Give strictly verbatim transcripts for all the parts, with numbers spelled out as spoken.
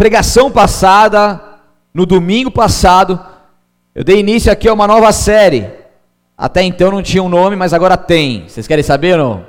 pregação passada, no domingo passado, eu dei início aqui a uma nova série. Até então não tinha um nome, mas agora tem. Vocês querem saber ou não?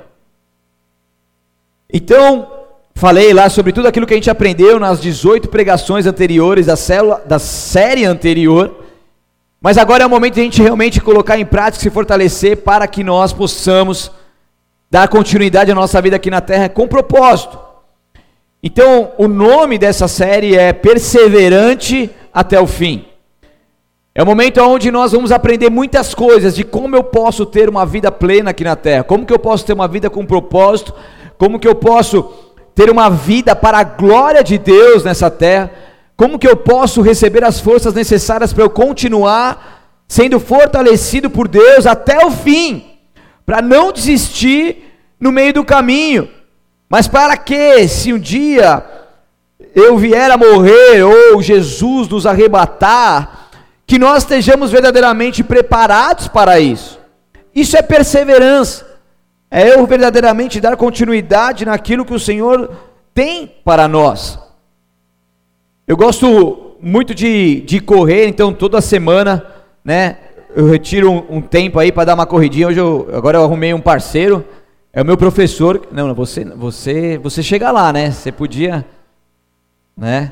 Então, falei lá sobre tudo aquilo que a gente aprendeu nas dezoito pregações anteriores da, célula, da série anterior. Mas agora é o momento de a gente realmente colocar em prática, se fortalecer, para que nós possamos dar continuidade à nossa vida aqui na Terra com propósito. Então, o nome dessa série é Perseverante até o Fim. É o momento onde nós vamos aprender muitas coisas de como eu posso ter uma vida plena aqui na Terra, como que eu posso ter uma vida com propósito, como que eu posso ter uma vida para a glória de Deus nessa Terra, como que eu posso receber as forças necessárias para eu continuar sendo fortalecido por Deus até o fim, para não desistir no meio do caminho, mas para que, se um dia eu vier a morrer, ou Jesus nos arrebatar, que nós estejamos verdadeiramente preparados para isso. Isso é perseverança, é eu verdadeiramente dar continuidade naquilo que o Senhor tem para nós. Eu gosto muito de, de correr, então toda semana, né, eu retiro um, um tempo aí para dar uma corridinha. Hoje eu, agora eu arrumei um parceiro, é o meu professor. Não, você, você, você chega lá, né? Você podia, né?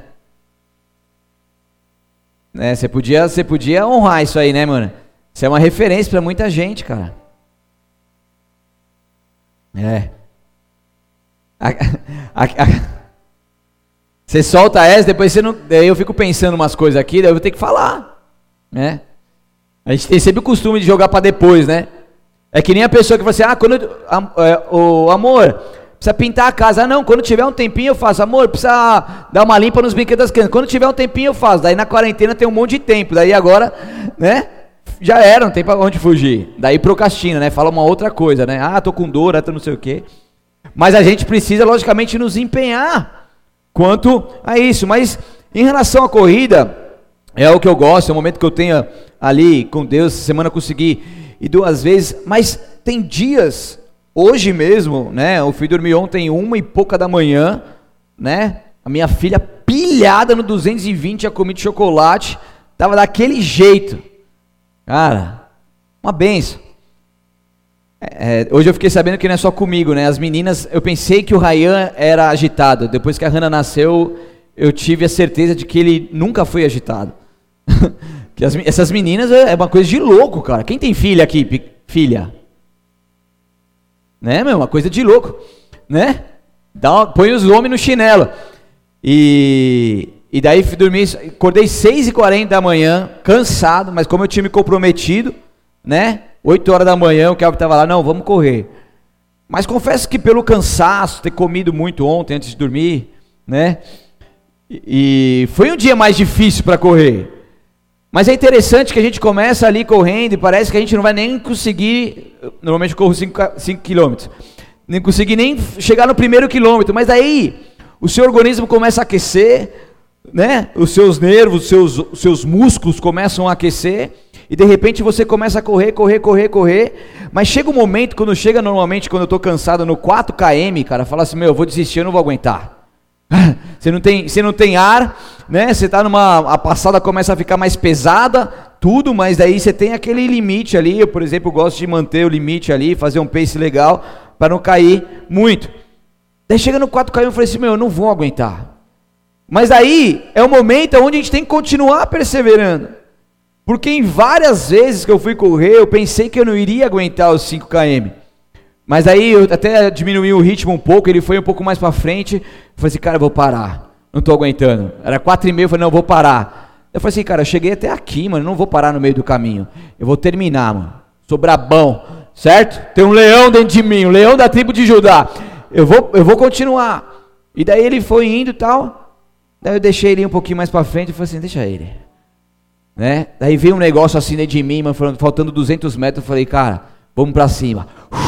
né? Você podia, você podia honrar isso aí, né, mano? Isso é uma referência para muita gente, cara. É. A, a, a, Você solta essa, depois você não. Daí eu fico pensando umas coisas aqui, daí eu vou ter que falar, né? A gente tem sempre o costume de jogar para depois, né? É que nem a pessoa que fala assim: ah, quando eu, é, o amor, precisa pintar a casa. Ah, não, quando tiver um tempinho eu faço. Amor, precisa dar uma limpa nos brinquedos das crianças. Quando tiver um tempinho eu faço. Daí na quarentena tem um monte de tempo. Daí agora, né? Já era, não tem para onde fugir. Daí procrastina, né? Fala uma outra coisa, né? Ah, tô com dor, ah, tô não sei o quê. Mas a gente precisa, logicamente, nos empenhar quanto a isso. Mas em relação à corrida, é o que eu gosto, é o momento que eu tenho ali com Deus. Essa semana eu consegui ir duas vezes, mas tem dias, hoje mesmo, né, eu fui dormir ontem uma e pouca da manhã, né, a minha filha pilhada no duzentos e vinte, a comida de chocolate, tava daquele jeito, cara, uma benção. É, hoje eu fiquei sabendo que não é só comigo, né, as meninas, eu pensei que o Ryan era agitado, depois que a Hannah nasceu, eu tive a certeza de que ele nunca foi agitado. Que as, essas meninas é uma coisa de louco, cara. Quem tem filha aqui? Filha? Né, meu? Uma coisa de louco, né? Dá uma, põe os homens no chinelo. E, e daí fui dormir, acordei seis e quarenta da manhã, cansado, mas como eu tinha me comprometido, né? oito horas da manhã, o Kelvin estava lá, não, vamos correr. Mas confesso que pelo cansaço, ter comido muito ontem antes de dormir, né? E, e foi um dia mais difícil para correr. Mas é interessante que a gente começa ali correndo e parece que a gente não vai nem conseguir, normalmente eu corro cinco quilômetros, nem conseguir nem chegar no primeiro quilômetro, mas daí o seu organismo começa a aquecer, né? Os seus nervos, os seus, os seus músculos começam a aquecer, e de repente você começa a correr, correr, correr, correr, mas chega um momento, quando chega normalmente, quando eu estou cansado no quatro quilômetros, cara, fala assim, meu, eu vou desistir, eu não vou aguentar. Você não tem, você não tem ar, né? Você tá numa, a passada começa a ficar mais pesada, tudo, mas daí você tem aquele limite ali. Eu, por exemplo, gosto de manter o limite ali, fazer um pace legal para não cair muito. Daí chega no quatro quilômetros, eu falei assim, meu, eu não vou aguentar. Mas aí é o momento onde a gente tem que continuar perseverando, porque em várias vezes que eu fui correr, eu pensei que eu não iria aguentar os cinco quilômetros. Mas aí eu até diminuí o ritmo um pouco, ele foi um pouco mais para frente, eu falei assim, cara, eu vou parar, não estou aguentando. Era quatro e meia, eu falei, não, eu vou parar. Eu falei assim, cara, eu cheguei até aqui, mano, não vou parar no meio do caminho, eu vou terminar, mano, sou brabão, certo? Tem um leão dentro de mim, um leão da tribo de Judá, eu vou, eu vou continuar. E daí ele foi indo e tal, daí eu deixei ele um pouquinho mais para frente, eu falei assim, deixa ele, né? Daí veio um negócio assim dentro de mim, mano, faltando duzentos metros, eu falei, cara, vamos para cima.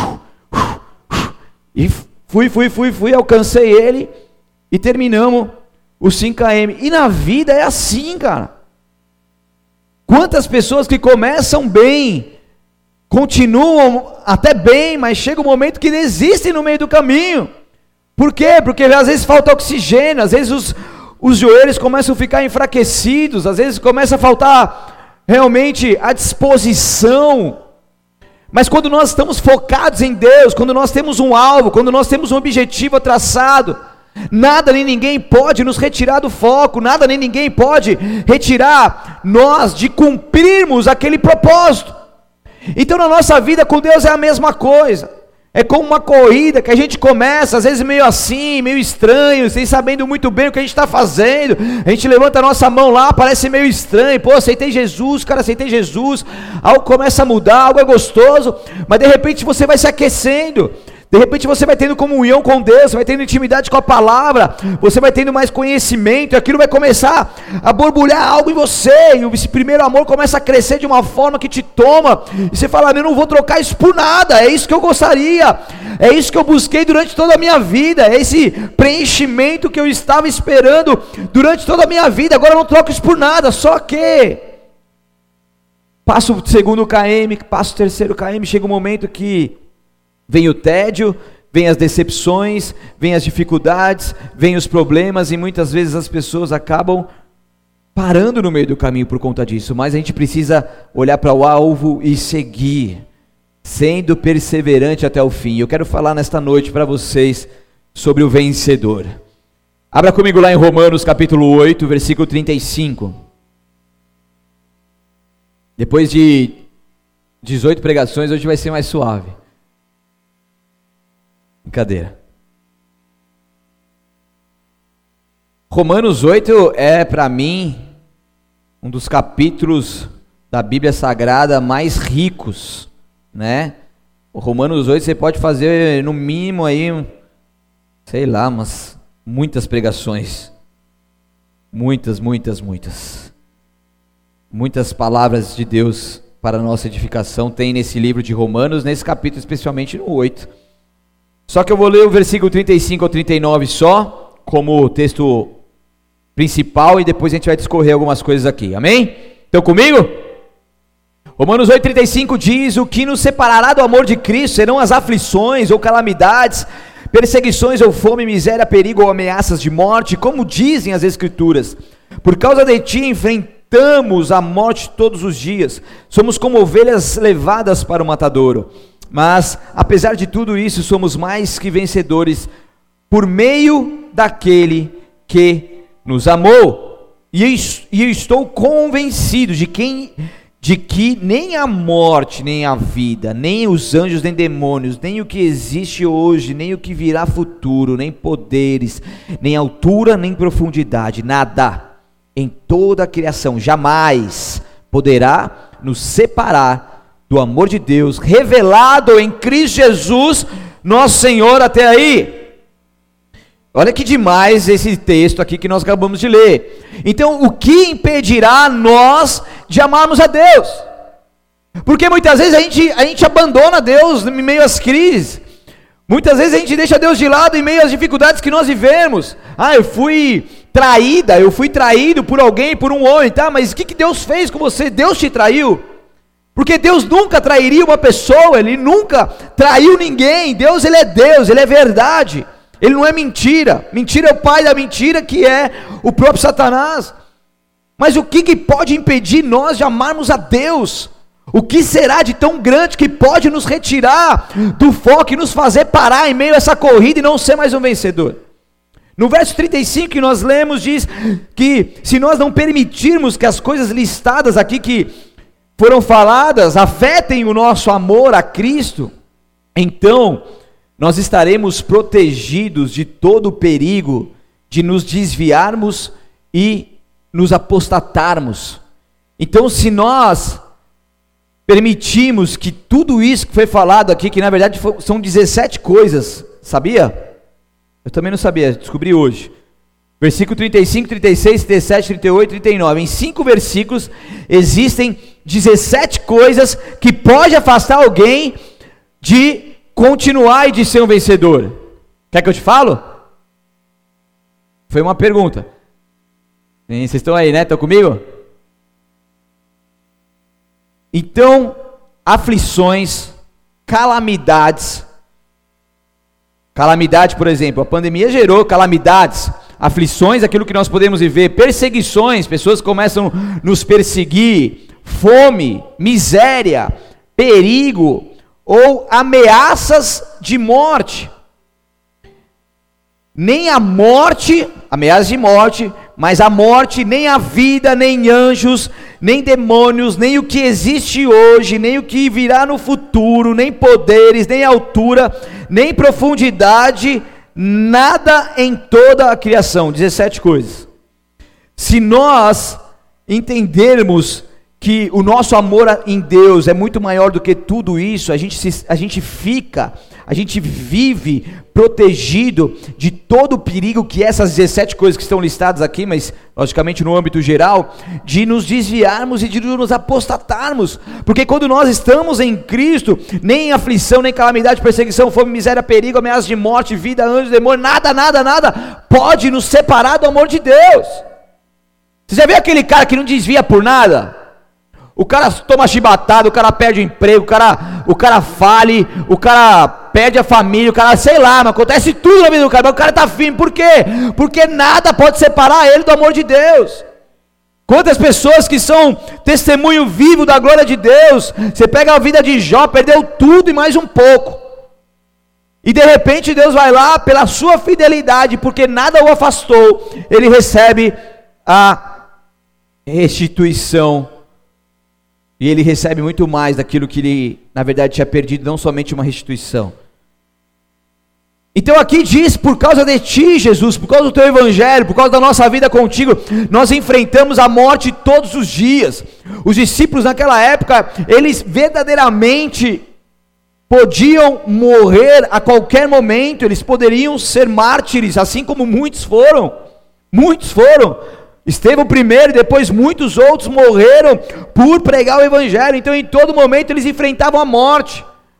E fui, fui, fui, fui, alcancei ele e terminamos os cinco quilômetros. E na vida é assim, cara. Quantas pessoas que começam bem, continuam até bem, mas chega um momento que desistem no meio do caminho. Por quê? Porque às vezes falta oxigênio, às vezes os, os joelhos começam a ficar enfraquecidos, às vezes começa a faltar realmente a disposição. Mas quando nós estamos focados em Deus, quando nós temos um alvo, quando nós temos um objetivo traçado, nada nem ninguém pode nos retirar do foco, nada nem ninguém pode retirar nós de cumprirmos aquele propósito. Então na nossa vida com Deus é a mesma coisa. É como uma corrida que a gente começa, às vezes meio assim, meio estranho, sem sabendo muito bem o que a gente está fazendo. A gente levanta a nossa mão lá, parece meio estranho. Pô, aceitei Jesus, cara, aceitei Jesus. Algo começa a mudar, algo é gostoso. Mas de repente você vai se aquecendo. De repente você vai tendo comunhão com Deus, vai tendo intimidade com a palavra, você vai tendo mais conhecimento, e aquilo vai começar a borbulhar algo em você, e esse primeiro amor começa a crescer de uma forma que te toma, e você fala, eu não vou trocar isso por nada, é isso que eu gostaria, é isso que eu busquei durante toda a minha vida, é esse preenchimento que eu estava esperando durante toda a minha vida, agora eu não troco isso por nada. Só que passa o segundo K M, passa o terceiro K M, chega um momento que vem o tédio, vem as decepções, vem as dificuldades, vem os problemas, e muitas vezes as pessoas acabam parando no meio do caminho por conta disso. Mas a gente precisa olhar para o alvo e seguir, sendo perseverante até o fim. Eu quero falar nesta noite para vocês sobre o vencedor. Abra comigo lá em Romanos capítulo oito, versículo trinta e cinco. Depois de dezoito pregações, hoje vai ser mais suave. Brincadeira. Romanos oito é para mim um dos capítulos da Bíblia Sagrada mais ricos, né? O Romanos oito você pode fazer no mínimo aí, sei lá, umas muitas pregações. Muitas, muitas, muitas. Muitas palavras de Deus para a nossa edificação tem nesse livro de Romanos, nesse capítulo especialmente no oito. Só que eu vou ler o versículo trinta e cinco ao trinta e nove só, como texto principal, e depois a gente vai discorrer algumas coisas aqui, amém? Estão comigo? Romanos oito, trinta e cinco diz: o que nos separará do amor de Cristo serão as aflições ou calamidades, perseguições ou fome, miséria, perigo ou ameaças de morte, como dizem as Escrituras. Por causa de ti enfrentamos a morte todos os dias, somos como ovelhas levadas para o matadouro. Mas, apesar de tudo isso, somos mais que vencedores por meio daquele que nos amou. E eu estou convencido de, quem, de que nem a morte, nem a vida, nem os anjos, nem demônios, nem o que existe hoje, nem o que virá futuro, nem poderes, nem altura, nem profundidade, nada em toda a criação jamais poderá nos separar do amor de Deus, revelado em Cristo Jesus, nosso Senhor. Até aí, olha que demais esse texto aqui que nós acabamos de ler. Então, o que impedirá nós de amarmos a Deus? Porque muitas vezes a gente, a gente abandona Deus em meio às crises, muitas vezes a gente deixa Deus de lado em meio às dificuldades que nós vivemos. Ah, eu fui traída, eu fui traído por alguém, por um homem, tá? Mas o que, que Deus fez com você? Deus te traiu? Porque Deus nunca trairia uma pessoa, Ele nunca traiu ninguém. Deus, Ele é Deus, Ele é verdade, Ele não é mentira. Mentira é o pai da mentira, que é o próprio Satanás. Mas o que, que pode impedir nós de amarmos a Deus? O que será de tão grande que pode nos retirar do foco e nos fazer parar em meio a essa corrida e não ser mais um vencedor? No verso trinta e cinco que nós lemos, diz que se nós não permitirmos que as coisas listadas aqui que foram faladas afetem o nosso amor a Cristo, então nós estaremos protegidos de todo o perigo de nos desviarmos e nos apostatarmos. Então, se nós permitimos que tudo isso que foi falado aqui, que na verdade são dezessete coisas, sabia? Eu também não sabia, descobri hoje. Versículo trinta e cinco, trinta e seis, trinta e sete, trinta e oito, trinta e nove. Em cinco versículos existem dezessete coisas que pode afastar alguém de continuar e de ser um vencedor. Quer que eu te falo? Foi uma pergunta. Vocês estão aí, né? Estão comigo? Então, aflições, calamidades. Calamidade, por exemplo, a pandemia gerou calamidades. aflições, aquilo que nós podemos viver, perseguições, pessoas começam a nos perseguir, fome, miséria, perigo ou ameaças de morte. Nem a morte, ameaças de morte, mas a morte, nem a vida, nem anjos, nem demônios, nem o que existe hoje, nem o que virá no futuro, nem poderes, nem altura, nem profundidade, nada em toda a criação. dezessete coisas. Se nós entendermos que o nosso amor em Deus é muito maior do que tudo isso, a gente, se, a gente fica, a gente vive protegido de todo o perigo que essas dezessete coisas que estão listadas aqui, mas logicamente no âmbito geral, de nos desviarmos e de nos apostatarmos, porque quando nós estamos em Cristo, nem aflição, nem calamidade, perseguição, fome, miséria, perigo, ameaça de morte, vida, anjos, demônio, nada, nada, nada, pode nos separar do amor de Deus. Você já viu aquele cara que não desvia por nada? O cara toma chibatada, o cara perde o emprego, o cara, o cara fale, o cara perde a família, o cara, sei lá, mas acontece tudo na vida do cara, mas o cara tá firme, por quê? Porque nada pode separar ele do amor de Deus. Quantas pessoas que são testemunho vivo da glória de Deus, você pega a vida de Jó, perdeu tudo e mais um pouco, e de repente Deus vai lá, pela sua fidelidade, porque nada o afastou, ele recebe a restituição. E ele recebe muito mais daquilo que ele, na verdade, tinha perdido, não somente uma restituição. Então aqui diz, por causa de ti, Jesus, por causa do teu evangelho, por causa da nossa vida contigo, nós enfrentamos a morte todos os dias. Os discípulos naquela época, eles verdadeiramente podiam morrer a qualquer momento, eles poderiam ser mártires, assim como muitos foram, muitos foram. Estevão primeiro, depois muitos outros morreram por pregar o evangelho. Então em todo momento eles enfrentavam a morte,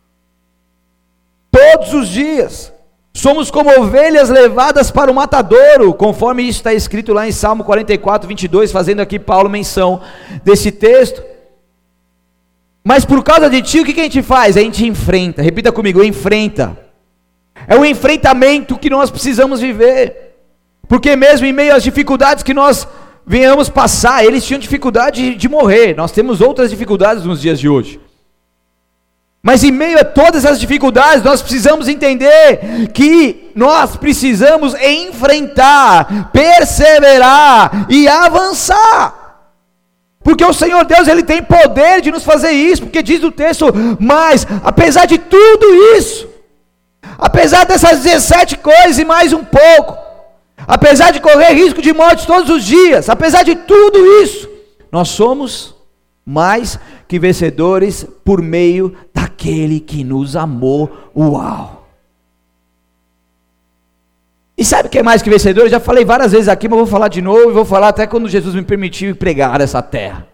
todos os dias. Somos como ovelhas levadas para o matadouro, conforme isso está escrito lá em Salmo quarenta e quatro, vinte e dois, fazendo aqui Paulo menção desse texto. Mas por causa de ti, o que a gente faz? A gente enfrenta, repita comigo, enfrenta. É o enfrentamento que nós precisamos viver. Porque mesmo em meio às dificuldades que nós venhamos passar, eles tinham dificuldade de, de morrer, nós temos outras dificuldades nos dias de hoje. Mas em meio a todas as dificuldades, nós precisamos entender que nós precisamos enfrentar, perseverar e avançar. Porque o Senhor Deus, Ele tem poder de nos fazer isso, porque diz o texto, mas apesar de tudo isso, apesar dessas dezessete coisas e mais um pouco, apesar de correr risco de morte todos os dias, apesar de tudo isso, nós somos mais que vencedores por meio daquele que nos amou. Uau! E sabe o que é mais que vencedor? Eu já falei várias vezes aqui, mas vou falar de novo, e vou falar até quando Jesus me permitiu pregar essa terra.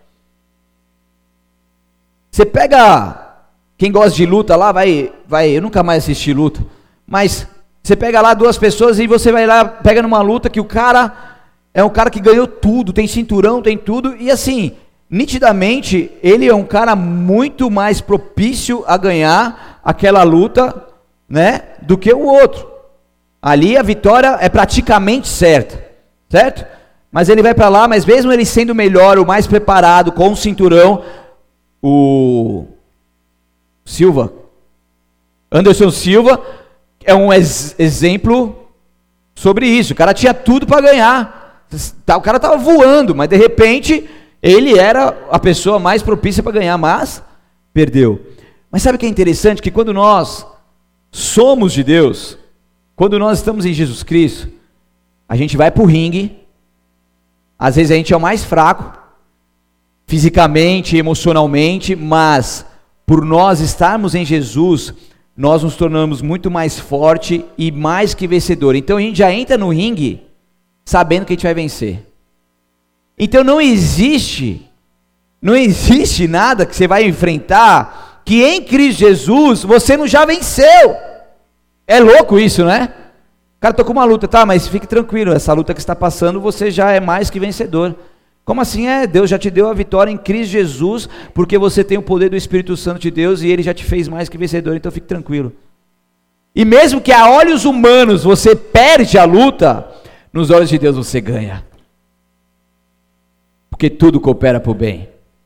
Você pega, quem gosta de luta lá, vai, vai, eu nunca mais assisti luta, mas você pega lá duas pessoas e você vai lá, pega numa luta que o cara é um cara que ganhou tudo, tem cinturão, tem tudo, e assim, nitidamente, ele é um cara muito mais propício a ganhar aquela luta, né, do que o outro. Ali a vitória é praticamente certa, certo? Mas ele vai para lá, mas mesmo ele sendo melhor, o mais preparado, com o cinturão, o Silva, Anderson Silva, é um ex- exemplo sobre isso. O cara tinha tudo para ganhar, o cara estava voando, mas de repente ele era a pessoa mais propícia para ganhar, mas perdeu. Mas sabe o que é interessante? Que quando nós somos de Deus, quando nós estamos em Jesus Cristo, a gente vai para o ringue, às vezes a gente é o mais fraco, fisicamente, emocionalmente, mas por nós estarmos em Jesus, nós nos tornamos muito mais forte e mais que vencedor. Então a gente já entra no ringue sabendo que a gente vai vencer. Então não existe, não existe nada que você vai enfrentar que em Cristo Jesus você não já venceu. É louco isso, né? Cara, tô com uma luta, tá, mas fique tranquilo, essa luta que está passando você já é mais que vencedor. Como assim? É, Deus já te deu a vitória em Cristo Jesus, porque você tem o poder do Espírito Santo de Deus e Ele já te fez mais que vencedor, então fique tranquilo. E mesmo que a olhos humanos você perde a luta, nos olhos de Deus você ganha. Porque tudo coopera para o bem.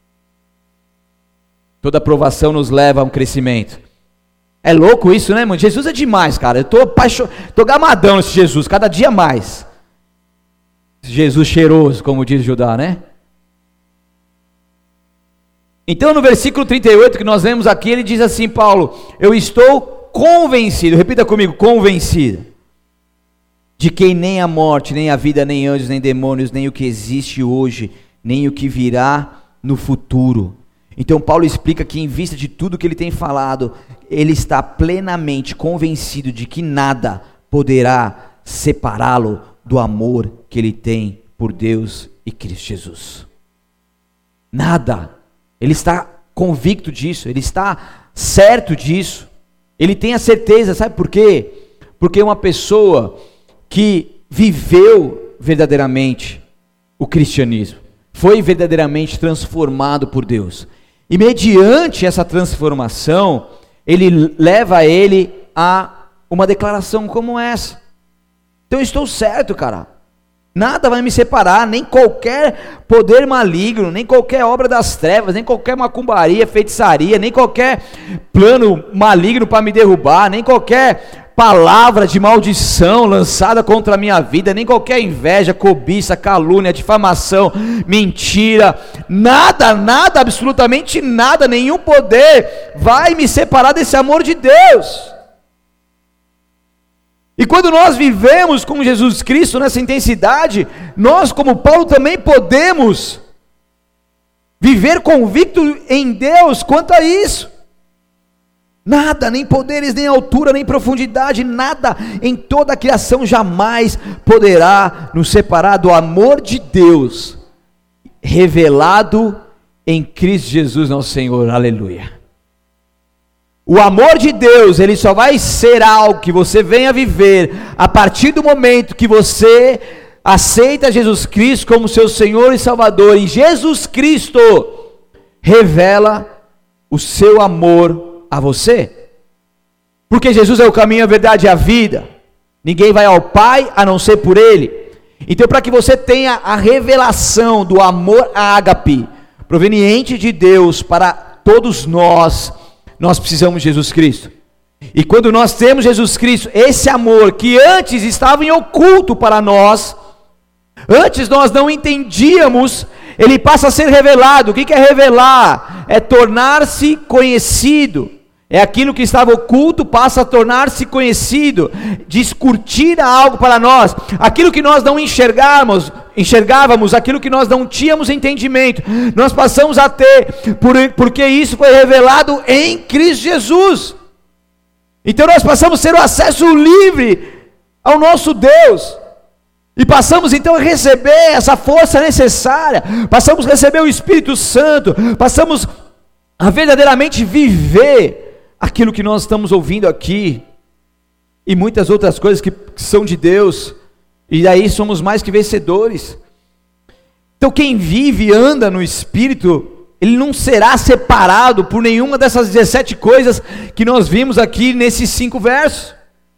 Toda aprovação nos leva a um crescimento. É louco isso, né, irmão? Jesus é demais, cara. Eu tô apaixonado, tô gamadão nesse Jesus, cada dia mais. Jesus cheiroso, como diz Judá, né? Então no versículo trinta e oito que nós lemos aqui, ele diz assim, Paulo: eu estou convencido, repita comigo, convencido, de que nem a morte, nem a vida, nem anjos, nem demônios, nem o que existe hoje, nem o que virá no futuro. Então Paulo explica que, em vista de tudo que ele tem falado, ele está plenamente convencido de que nada poderá separá-lo do amor que ele tem por Deus e Cristo Jesus. Nada. Ele está convicto disso, ele está certo disso, ele tem a certeza, sabe por quê? Porque uma pessoa que viveu verdadeiramente o cristianismo, foi verdadeiramente transformado por Deus, e mediante essa transformação, ele leva ele a uma declaração como essa: então eu estou certo, cara, nada vai me separar, nem qualquer poder maligno, nem qualquer obra das trevas, nem qualquer macumbaria, feitiçaria, nem qualquer plano maligno para me derrubar, nem qualquer palavra de maldição lançada contra a minha vida, nem qualquer inveja, cobiça, calúnia, difamação, mentira, nada, nada, absolutamente nada, nenhum poder vai me separar desse amor de Deus. E quando nós vivemos com Jesus Cristo nessa intensidade, nós, como Paulo, também podemos viver convicto em Deus quanto a isso. Nada, nem poderes, nem altura, nem profundidade, nada em toda a criação jamais poderá nos separar do amor de Deus, revelado em Cristo Jesus nosso Senhor, aleluia. O amor de Deus, ele só vai ser algo que você venha viver a partir do momento que você aceita Jesus Cristo como seu Senhor e Salvador, e Jesus Cristo revela o seu amor a você, porque Jesus é o caminho, a verdade e a vida, ninguém vai ao Pai a não ser por Ele. Então, para que você tenha a revelação do amor ágape, proveniente de Deus para todos nós, nós precisamos de Jesus Cristo. E quando nós temos Jesus Cristo, esse amor que antes estava em oculto para nós, antes nós não entendíamos, ele passa a ser revelado. O que é revelar? É tornar-se conhecido. É aquilo que estava oculto passa a tornar-se conhecido, descortina algo para nós, aquilo que nós não enxergávamos, enxergávamos, aquilo que nós não tínhamos entendimento, nós passamos a ter, por, porque isso foi revelado em Cristo Jesus. Então nós passamos a ter o acesso livre ao nosso Deus, e passamos então a receber essa força necessária, passamos a receber o Espírito Santo, passamos a verdadeiramente viver aquilo que nós estamos ouvindo aqui, e muitas outras coisas que, que são de Deus, e aí somos mais que vencedores. Então quem vive e anda no Espírito, ele não será separado por nenhuma dessas dezessete coisas que nós vimos aqui nesses cinco versos,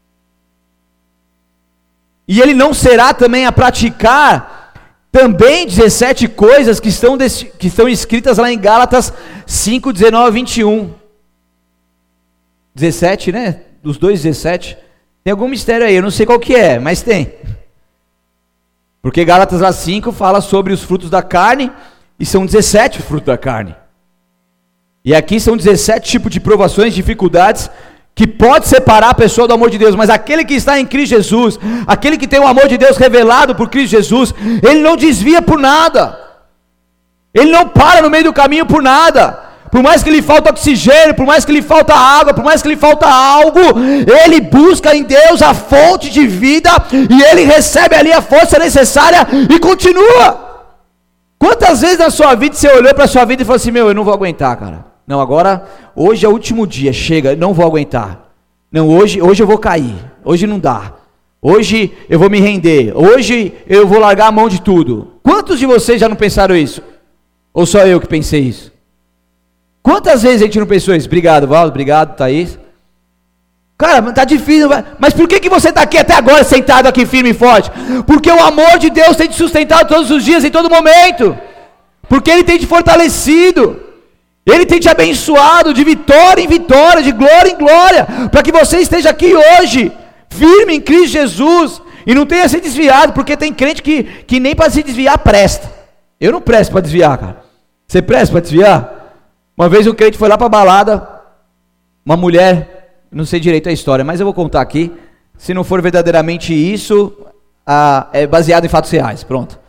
e ele não será também a praticar também dezessete coisas que estão, que estão escritas lá em Gálatas cinco, dezenove, vinte e um, dezessete, né? Dos dois dezessete. Tem algum mistério aí, eu não sei qual que é, mas tem. Porque Gálatas lá cinco fala sobre os frutos da carne, e são dezessete os frutos da carne. E aqui são dezessete tipos de provações, dificuldades, que pode separar a pessoa do amor de Deus, mas aquele que está em Cristo Jesus, aquele que tem o amor de Deus revelado por Cristo Jesus, ele não desvia por nada, ele não para no meio do caminho por nada. Por mais que lhe falta oxigênio, por mais que lhe falta água, por mais que lhe falta algo, ele busca em Deus a fonte de vida, e ele recebe ali a força necessária e continua. Quantas vezes na sua vida você olhou para a sua vida e falou assim: meu, eu não vou aguentar, cara, não, agora, hoje é o último dia, chega, não vou aguentar, não, hoje, hoje eu vou cair, hoje não dá, hoje eu vou me render, hoje eu vou largar a mão de tudo. Quantos de vocês já não pensaram isso? Ou só eu que pensei isso? Quantas vezes a gente não pensou isso? Obrigado, Valdo, obrigado, Thaís. Cara, tá difícil, mas por que, que você está aqui até agora, sentado aqui firme e forte? Porque o amor de Deus tem te sustentado todos os dias, em todo momento. Porque Ele tem te fortalecido. Ele tem te abençoado de vitória em vitória, de glória em glória, para que você esteja aqui hoje, firme em Cristo Jesus, e não tenha se desviado, porque tem crente que, que nem para se desviar presta. Eu não presto para desviar, cara. Você presta para desviar? Uma vez um crente foi lá para a balada, uma mulher, não sei direito a história, mas eu vou contar aqui, se não for verdadeiramente isso, ah, é baseado em fatos reais, pronto.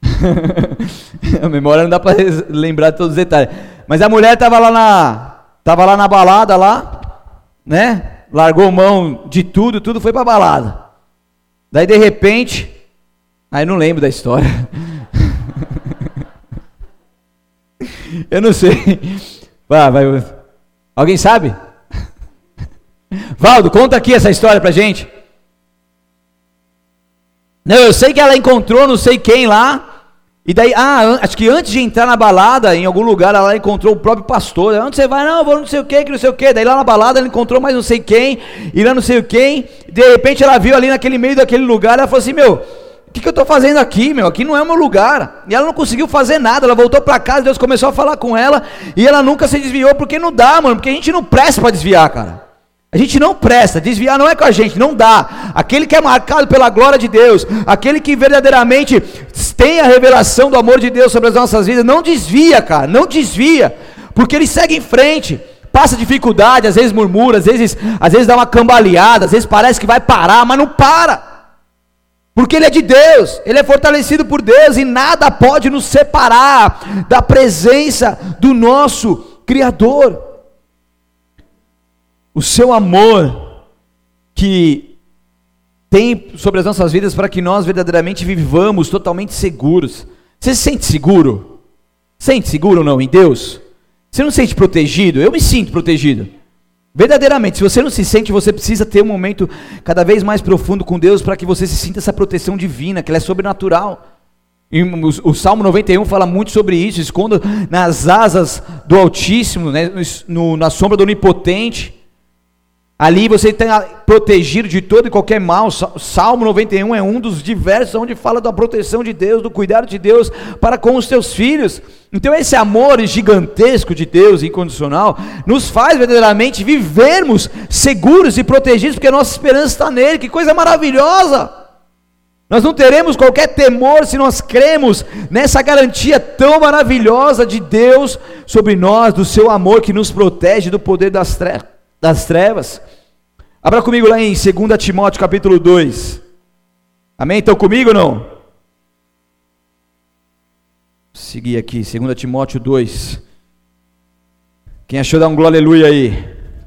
A memória não dá para lembrar de todos os detalhes. Mas a mulher estava lá na tava lá na balada lá, né? Largou mão de tudo, tudo foi para balada. Daí de repente, aí não lembro da história. Eu não sei. Vai, vai. Alguém sabe? Valdo, conta aqui essa história pra gente. Não, eu sei que ela encontrou não sei quem lá. E daí, ah, acho que antes de entrar na balada, em algum lugar, ela encontrou o próprio pastor. Onde você vai? Não, eu vou não sei o que, que não sei o que. Daí lá na balada, ela encontrou mais não sei quem, e lá não sei o quem. De repente ela viu ali naquele meio daquele lugar, ela falou assim, meu, o que, que eu estou fazendo aqui, meu? Aqui não é o meu lugar. E ela não conseguiu fazer nada, ela voltou para casa, Deus começou a falar com ela, e ela nunca se desviou, porque não dá, mano, porque a gente não presta para desviar, cara. A gente não presta, desviar não é com a gente, não dá. Aquele que é marcado pela glória de Deus, aquele que verdadeiramente tem a revelação do amor de Deus sobre as nossas vidas, não desvia, cara, não desvia, porque ele segue em frente, passa dificuldade, às vezes murmura, às vezes, às vezes dá uma cambaleada, às vezes parece que vai parar, mas não para, porque ele é de Deus, ele é fortalecido por Deus, e nada pode nos separar da presença do nosso Criador. O seu amor que tem sobre as nossas vidas para que nós verdadeiramente vivamos totalmente seguros. Você se sente seguro? Sente seguro ou não em Deus? Você não se sente protegido? Eu me sinto protegido. Verdadeiramente, se você não se sente, você precisa ter um momento cada vez mais profundo com Deus para que você se sinta essa proteção divina, que ela é sobrenatural. E o, o Salmo noventa e um fala muito sobre isso. Esconda nas asas do Altíssimo, né, no, na sombra do Onipotente. Ali você está protegido de todo e qualquer mal. Salmo noventa e um é um dos diversos onde fala da proteção de Deus, do cuidado de Deus para com os teus filhos. Então esse amor gigantesco de Deus, incondicional, nos faz verdadeiramente vivermos seguros e protegidos, porque a nossa esperança está nele. Que coisa maravilhosa! Nós não teremos qualquer temor se nós cremos nessa garantia tão maravilhosa de Deus sobre nós, do seu amor que nos protege do poder das trevas. das trevas. Abra comigo lá em dois Timóteo capítulo dois. Amém? Estão comigo ou não? Vou seguir aqui, dois Timóteo dois. Quem achou, dá um glória aleluia aí.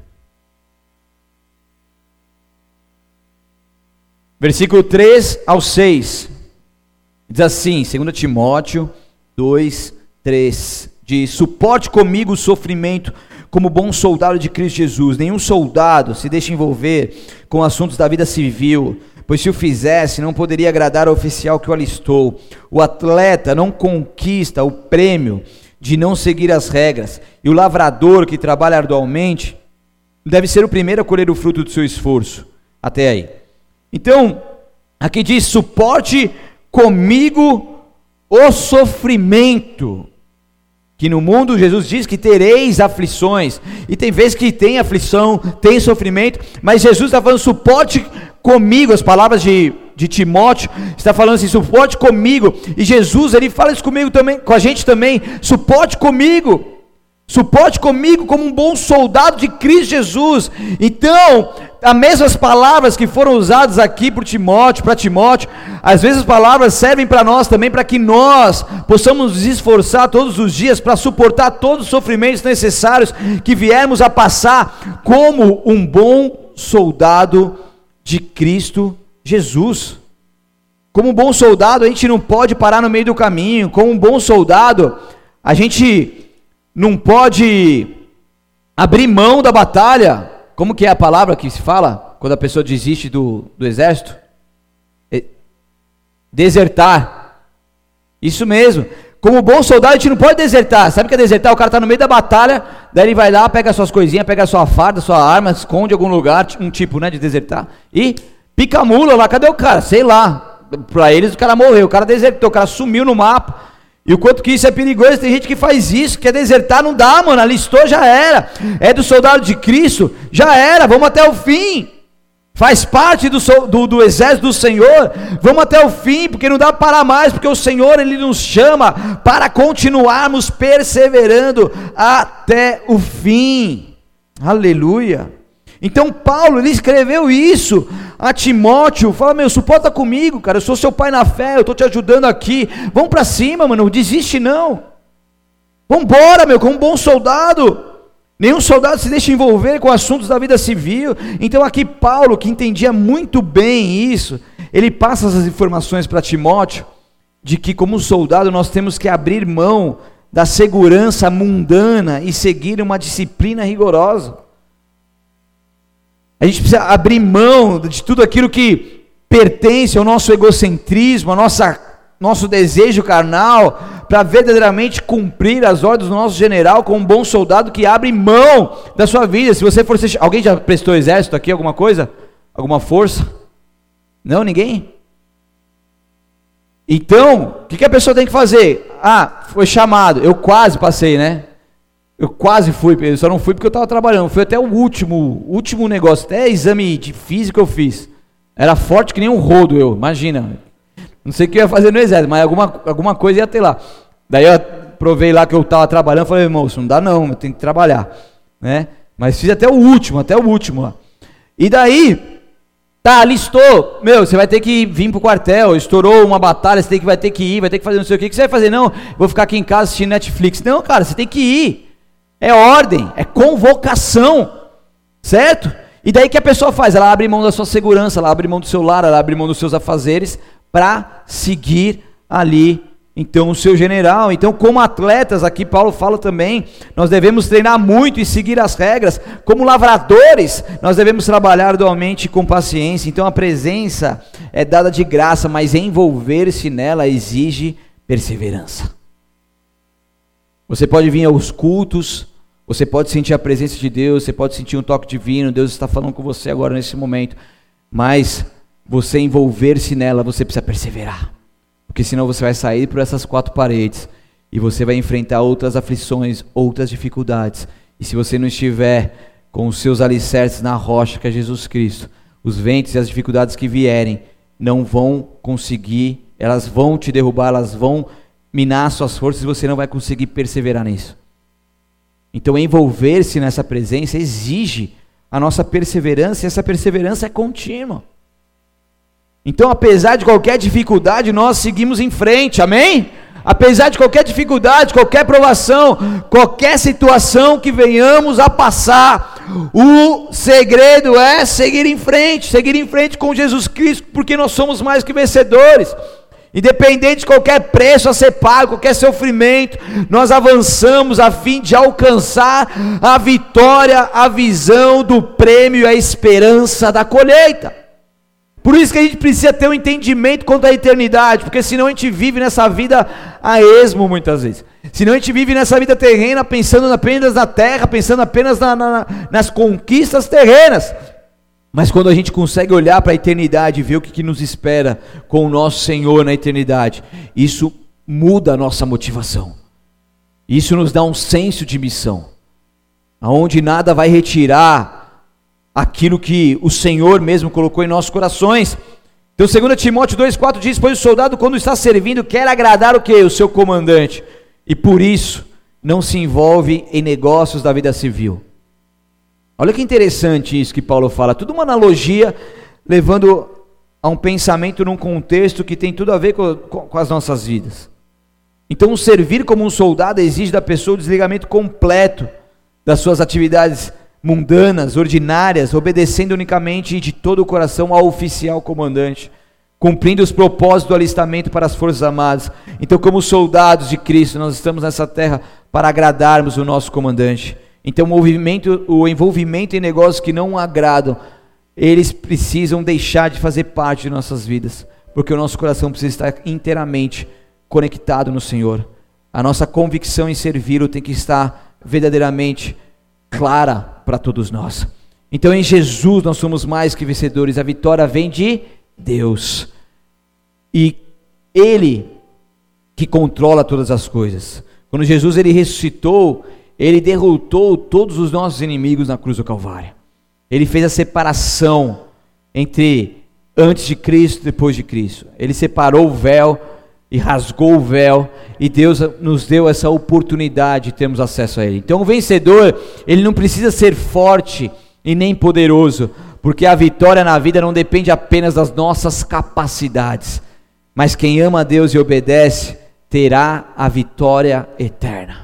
Versículo três ao seis. Diz assim, dois Timóteo dois, três. Diz, suporte comigo o sofrimento como bom soldado de Cristo Jesus. Nenhum soldado se deixa envolver com assuntos da vida civil, pois se o fizesse, não poderia agradar ao oficial que o alistou. O atleta não conquista o prêmio de não seguir as regras, e o lavrador que trabalha arduamente deve ser o primeiro a colher o fruto do seu esforço. Até aí. Então, aqui diz, suporte comigo o sofrimento. Que no mundo Jesus diz que tereis aflições, e tem vezes que tem aflição, tem sofrimento, mas Jesus está falando, suporte comigo. As palavras de, de Timóteo, está falando assim, suporte comigo, e Jesus, ele fala isso comigo também, com a gente também, suporte comigo, suporte comigo como um bom soldado de Cristo Jesus. Então, as mesmas palavras que foram usadas aqui por Timóteo, para Timóteo, às vezes as palavras servem para nós também, para que nós possamos nos esforçar todos os dias para suportar todos os sofrimentos necessários que viermos a passar como um bom soldado de Cristo Jesus. Como um bom soldado, a gente não pode parar no meio do caminho. Como um bom soldado, a gente não pode abrir mão da batalha. Como que é a palavra que se fala quando a pessoa desiste do, do exército? Desertar. Isso mesmo. como bom soldado, a gente não pode desertar. Sabe o que é desertar? O cara está no meio da batalha, daí ele vai lá, pega suas coisinhas, pega a sua farda, sua arma, esconde em algum lugar, um tipo, né, de desertar, e pica a mula lá. Cadê o cara? Sei lá. Para eles o cara morreu, o cara desertou, o cara sumiu no mapa. E o quanto que isso é perigoso, tem gente que faz isso, quer desertar, não dá, mano, alistou, já era. É do soldado de Cristo, já era, vamos até o fim. Faz parte do, do, do exército do Senhor, vamos até o fim, porque não dá para parar mais, porque o Senhor, Ele nos chama para continuarmos perseverando até o fim. Aleluia. Então Paulo, ele escreveu isso a Timóteo, fala, meu, suporta comigo, cara, eu sou seu pai na fé, eu estou te ajudando aqui, vamos para cima, mano, não desiste não, vamos embora, meu, como um bom soldado. Nenhum soldado se deixa envolver com assuntos da vida civil. Então aqui Paulo, que entendia muito bem isso, ele passa essas informações para Timóteo, de que como soldado nós temos que abrir mão da segurança mundana e seguir uma disciplina rigorosa. A gente precisa abrir mão de tudo aquilo que pertence ao nosso egocentrismo, ao nossa, nosso desejo carnal, para verdadeiramente cumprir as ordens do nosso general, como um bom soldado que abre mão da sua vida. Se você for ser... Alguém já prestou exército aqui, alguma coisa? Alguma força? Não, ninguém? Então, o que, que a pessoa tem que fazer? Ah, foi chamado, eu quase passei, né? Eu quase fui, eu só não fui porque eu estava trabalhando, fui até o último, último negócio, até exame de física eu fiz. Era forte que nem um rodo eu, imagina. Não sei o que eu ia fazer no exército, mas alguma, alguma coisa ia ter lá. Daí eu provei lá que eu estava trabalhando, falei, moço, não dá não, eu tenho que trabalhar, né? Mas fiz até o último, até o último lá. E daí, tá, listou, meu, você vai ter que vir pro quartel, estourou uma batalha, você tem que, vai ter que ir, vai ter que fazer não sei o que, o que você vai fazer? Não, vou ficar aqui em casa assistindo Netflix. Não, cara, você tem que ir. É ordem, é convocação, certo? E daí que a pessoa faz? Ela abre mão da sua segurança, ela abre mão do seu lar, ela abre mão dos seus afazeres, para seguir ali, então, o seu general. Então, como atletas, aqui Paulo fala também, nós devemos treinar muito e seguir as regras. Como lavradores, nós devemos trabalhar arduamente com paciência. Então, a presença é dada de graça, mas envolver-se nela exige perseverança. Você pode vir aos cultos, você pode sentir a presença de Deus, você pode sentir um toque divino, Deus está falando com você agora nesse momento, mas você envolver-se nela, você precisa perseverar, porque senão você vai sair por essas quatro paredes, e você vai enfrentar outras aflições, outras dificuldades, e se você não estiver com os seus alicerces na rocha que é Jesus Cristo, os ventos e as dificuldades que vierem, não vão conseguir, elas vão te derrubar, elas vão minar suas forças, e você não vai conseguir perseverar nisso. Então envolver-se nessa presença exige a nossa perseverança, e essa perseverança é contínua. Então, apesar de qualquer dificuldade, nós seguimos em frente, amém? Apesar de qualquer dificuldade, qualquer provação, qualquer situação que venhamos a passar, o segredo é seguir em frente, seguir em frente com Jesus Cristo, porque nós somos mais que vencedores. Independente de qualquer preço a ser pago, qualquer sofrimento, nós avançamos a fim de alcançar a vitória, a visão do prêmio e a esperança da colheita. Por isso que a gente precisa ter um entendimento quanto à eternidade, porque senão a gente vive nessa vida a esmo muitas vezes. Senão a gente vive nessa vida terrena pensando apenas na terra, pensando apenas na, na, nas conquistas terrenas. Mas quando a gente consegue olhar para a eternidade e ver o que, que nos espera com o nosso Senhor na eternidade, isso muda a nossa motivação. Isso nos dá um senso de missão, aonde nada vai retirar aquilo que o Senhor mesmo colocou em nossos corações. Então, segundo Timóteo dois, quatro diz, pois o soldado, quando está servindo, quer agradar o quê? O seu comandante, e por isso não se envolve em negócios da vida civil. Olha que interessante isso que Paulo fala, tudo uma analogia, levando a um pensamento num contexto que tem tudo a ver com, com, com as nossas vidas. Então, servir como um soldado exige da pessoa o desligamento completo das suas atividades mundanas, ordinárias, obedecendo unicamente e de todo o coração ao oficial comandante, cumprindo os propósitos do alistamento para as forças armadas. Então, como soldados de Cristo, nós estamos nessa terra para agradarmos o nosso comandante. Então o movimento, o envolvimento em negócios que não agradam, eles precisam deixar de fazer parte de nossas vidas, porque o nosso coração precisa estar inteiramente conectado no Senhor. a nossa convicção em servi-lo tem que estar verdadeiramente clara para todos nós. Então em Jesus nós somos mais que vencedores, a vitória vem de Deus, e Ele que controla todas as coisas. Quando Jesus ele ressuscitou, Ele derrotou todos os nossos inimigos na cruz do Calvário. Ele fez a separação entre antes de Cristo e depois de Cristo. Ele separou o véu e rasgou o véu, e Deus nos deu essa oportunidade de termos acesso a Ele. Então o vencedor, ele não precisa ser forte e nem poderoso, porque a vitória na vida não depende apenas das nossas capacidades, mas quem ama a Deus e obedece, terá a vitória eterna.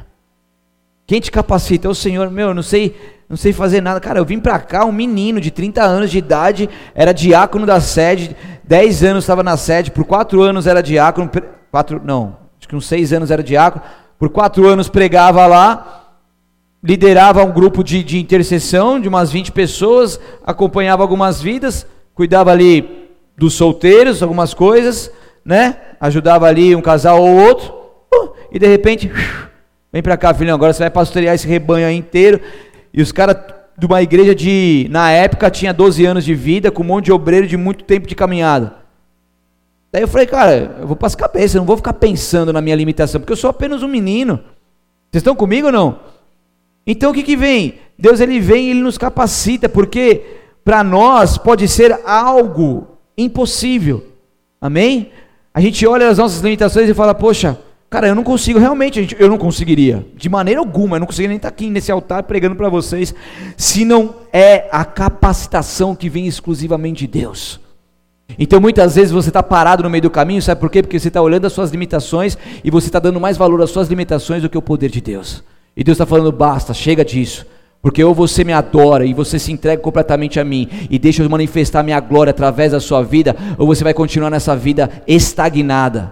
Quem te capacita? É o Senhor. Meu, eu não sei, não sei fazer nada. Cara, eu vim pra cá, um menino de trinta anos de idade, era diácono da sede, dez anos estava na sede, por quatro anos era diácono, quatro, não, acho que uns seis anos era diácono, por quatro anos pregava lá, liderava um grupo de, de intercessão de umas vinte pessoas, acompanhava algumas vidas, cuidava ali dos solteiros, algumas coisas, né? Ajudava ali um casal ou outro, uh, e de repente, uh, vem pra cá, filhão, agora você vai pastorear esse rebanho aí inteiro. E os caras de uma igreja de, na época, tinha doze anos de vida, com um monte de obreiro de muito tempo de caminhada. Daí eu falei, cara, eu vou para as cabeças, eu não vou ficar pensando na minha limitação, porque eu sou apenas um menino. Vocês estão comigo ou não? Então o que que vem? Deus ele vem e ele nos capacita, porque para nós pode ser algo impossível. Amém? A gente olha as nossas limitações e fala, poxa, cara, eu não consigo, realmente, eu não conseguiria, de maneira alguma, eu não conseguiria nem estar aqui nesse altar pregando para vocês, se não é a capacitação que vem exclusivamente de Deus. Então muitas vezes você está parado no meio do caminho, sabe por quê? Porque você está olhando as suas limitações, e você está dando mais valor às suas limitações do que o poder de Deus, e Deus está falando, basta, chega disso, porque ou você me adora, e você se entrega completamente a mim, e deixa eu manifestar minha glória através da sua vida, ou você vai continuar nessa vida estagnada,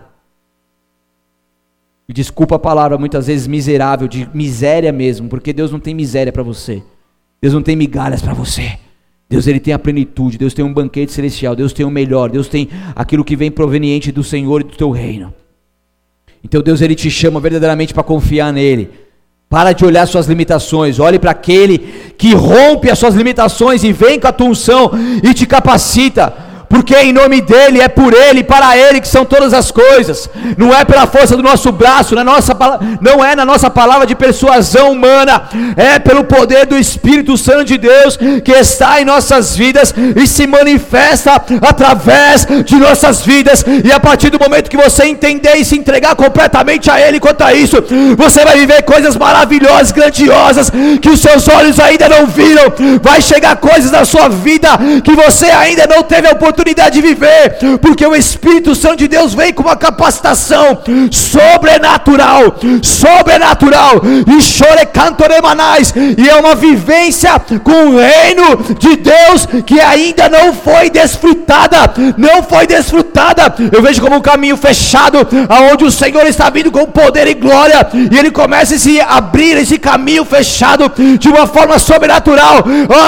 e desculpa a palavra, muitas vezes miserável, de miséria mesmo, porque Deus não tem miséria para você, Deus não tem migalhas para você, Deus ele tem a plenitude, Deus tem um banquete celestial, Deus tem o melhor, Deus tem aquilo que vem proveniente do Senhor e do teu reino. Então Deus ele te chama verdadeiramente para confiar nele. Para de olhar suas limitações, olhe para aquele que rompe as suas limitações e vem com a tua unção e te capacita. Porque em nome dele, é por ele, para ele que são todas as coisas. Não é pela força do nosso braço, na nossa, não é na nossa palavra de persuasão humana, é pelo poder do Espírito Santo de Deus que está em nossas vidas e se manifesta através de nossas vidas. E a partir do momento que você entender e se entregar completamente a ele quanto a isso, você vai viver coisas maravilhosas, grandiosas, que os seus olhos ainda não viram. Vai chegar coisas na sua vida que você ainda não teve a oportunidade de viver, porque o Espírito Santo de Deus vem com uma capacitação sobrenatural, sobrenatural, e chore cantoremanais, e é uma vivência com o reino de Deus que ainda não foi desfrutada, não foi desfrutada. Eu vejo como um caminho fechado, aonde o Senhor está vindo com poder e glória, e ele começa a se abrir esse caminho fechado de uma forma sobrenatural,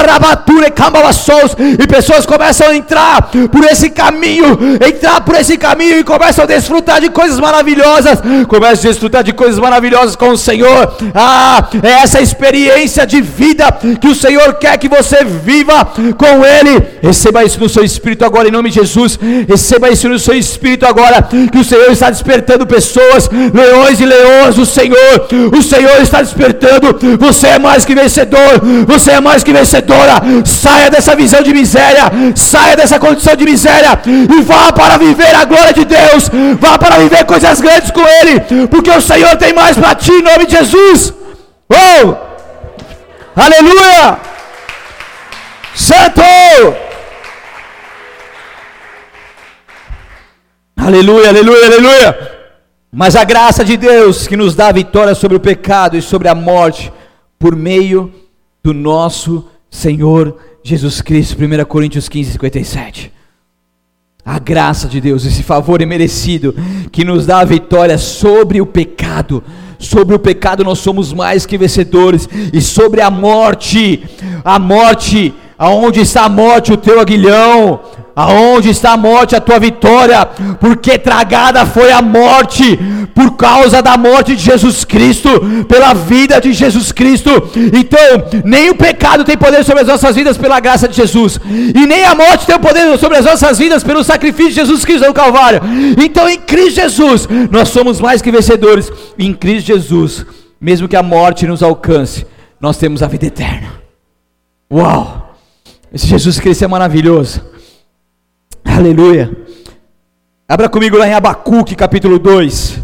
e pessoas começam a entrar por esse caminho, entrar por esse caminho e começam a desfrutar de coisas maravilhosas, começam a desfrutar de coisas maravilhosas com o Senhor. Ah, é essa experiência de vida que o Senhor quer que você viva com Ele. Receba isso no seu espírito agora, em nome de Jesus. Receba isso no seu espírito agora, que o Senhor está despertando pessoas, leões e leões do Senhor. O Senhor está despertando. Você é mais que vencedor, você é mais que vencedora. Saia dessa visão de miséria, saia dessa condição de miséria e vá para viver a glória de Deus, vá para viver coisas grandes com Ele, porque o Senhor tem mais para ti, em nome de Jesus. Oh! Aleluia! Santo! Aleluia, aleluia, aleluia! Mas a graça de Deus que nos dá a vitória sobre o pecado e sobre a morte, por meio do nosso Senhor Jesus Cristo. Primeira Coríntios quinze, cinquenta e sete. A graça de Deus, esse favor imerecido que nos dá a vitória sobre o pecado. Sobre o pecado nós somos mais que vencedores, e sobre a morte, a morte, aonde está a morte, o teu aguilhão, Aonde está a morte, a tua vitória? Porque tragada foi a morte, por causa da morte de Jesus Cristo, pela vida de Jesus Cristo. Então, nem o pecado tem poder sobre as nossas vidas pela graça de Jesus, e nem a morte tem poder sobre as nossas vidas pelo sacrifício de Jesus Cristo no Calvário. Então, em Cristo Jesus, nós somos mais que vencedores. Em Cristo Jesus, mesmo que a morte nos alcance, nós temos a vida eterna. Uau! Esse Jesus Cristo é maravilhoso. Aleluia. Abra comigo lá em Abacuque capítulo dois.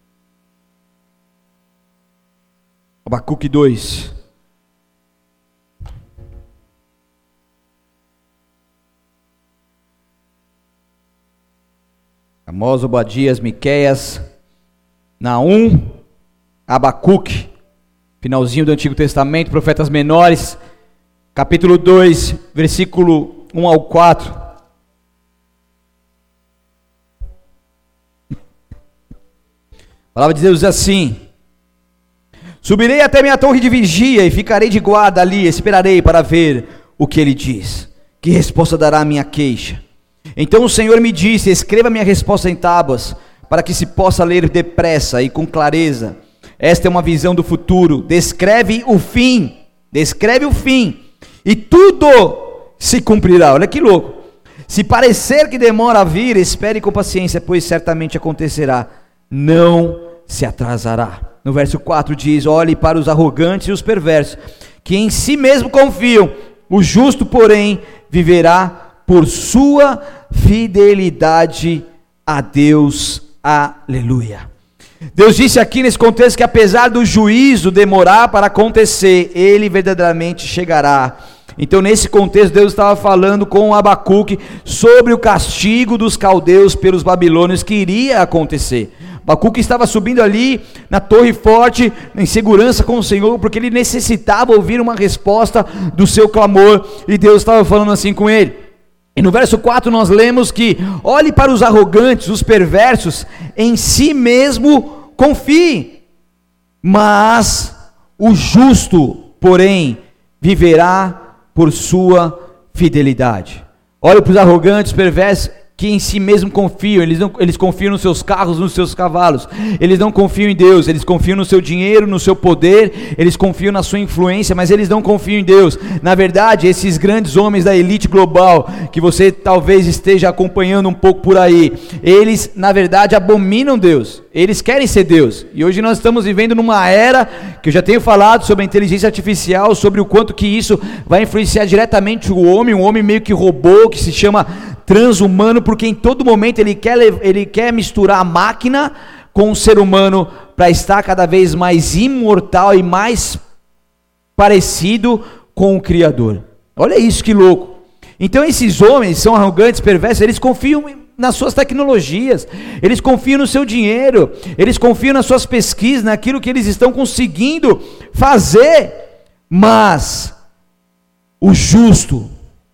Abacuque dois. Amós, Obadias, Miqueias, Naum, Abacuque, finalzinho do Antigo Testamento, profetas menores, capítulo dois, versículo um ao quatro. A palavra de Deus diz assim: subirei até minha torre de vigia e ficarei de guarda ali, esperarei para ver o que ele diz, que resposta dará a minha queixa. Então o Senhor me disse: escreva minha resposta em tábuas, para que se possa ler depressa e com clareza. Esta é uma visão do futuro, descreve o fim, descreve o fim, e tudo se cumprirá. Olha que louco. Se parecer que demora a vir, espere com paciência, pois certamente acontecerá, não se atrasará. No verso quatro diz: olhe para os arrogantes e os perversos, que em si mesmo confiam, o justo porém viverá por sua fidelidade a Deus. Aleluia. Deus disse aqui nesse contexto que apesar do juízo demorar para acontecer, ele verdadeiramente chegará. Então nesse contexto Deus estava falando com Abacuque sobre o castigo dos caldeus pelos babilônios que iria acontecer. Abacuque estava subindo ali na torre forte, em segurança com o Senhor, porque ele necessitava ouvir uma resposta do seu clamor, e Deus estava falando assim com ele. E no verso quatro nós lemos que: olhe para os arrogantes, os perversos, em si mesmo confie, mas o justo, porém, viverá por sua fidelidade. Olhe para os arrogantes, perversos, que em si mesmo confiam. Eles, não, eles confiam nos seus carros, nos seus cavalos. Eles não confiam em Deus. Eles confiam no seu dinheiro, no seu poder. Eles confiam na sua influência, mas eles não confiam em Deus. Na verdade, esses grandes homens da elite global, que você talvez esteja acompanhando um pouco por aí, eles na verdade abominam Deus. Eles querem ser Deus. E hoje nós estamos vivendo numa era que eu já tenho falado sobre a inteligência artificial, sobre o quanto que isso vai influenciar diretamente o homem, um homem meio que robô, que se chama transhumano, porque em todo momento ele quer, ele quer misturar a máquina com o ser humano para estar cada vez mais imortal e mais parecido com o Criador. Olha isso que louco. Então esses homens são arrogantes, perversos, eles confiam nas suas tecnologias, eles confiam no seu dinheiro, eles confiam nas suas pesquisas, naquilo que eles estão conseguindo fazer, mas o justo,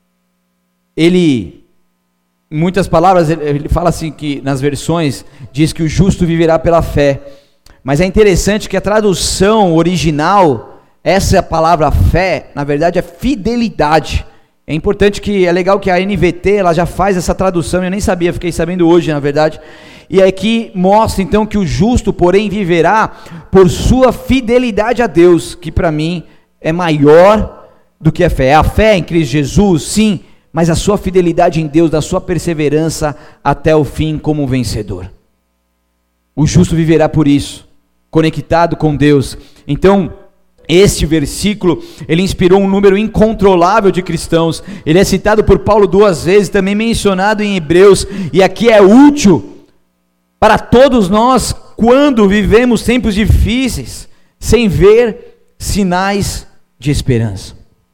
ele, em muitas palavras, ele fala assim, que nas versões, diz que o justo viverá pela fé, mas é interessante que a tradução original, essa é a palavra fé, na verdade é fidelidade. É importante que, é legal que a N V T, ela já faz essa tradução, eu nem sabia, fiquei sabendo hoje na verdade, e aqui mostra então que o justo porém viverá por sua fidelidade a Deus, que para mim é maior do que a fé. É a fé em Cristo Jesus, sim, mas a sua fidelidade em Deus, da sua perseverança até o fim como vencedor. O justo viverá por isso, conectado com Deus. Então, este versículo, ele inspirou um número incontrolável de cristãos. Ele é citado por Paulo duas vezes, também mencionado em Hebreus, e aqui é útil para todos nós quando vivemos tempos difíceis, sem ver sinais de esperança.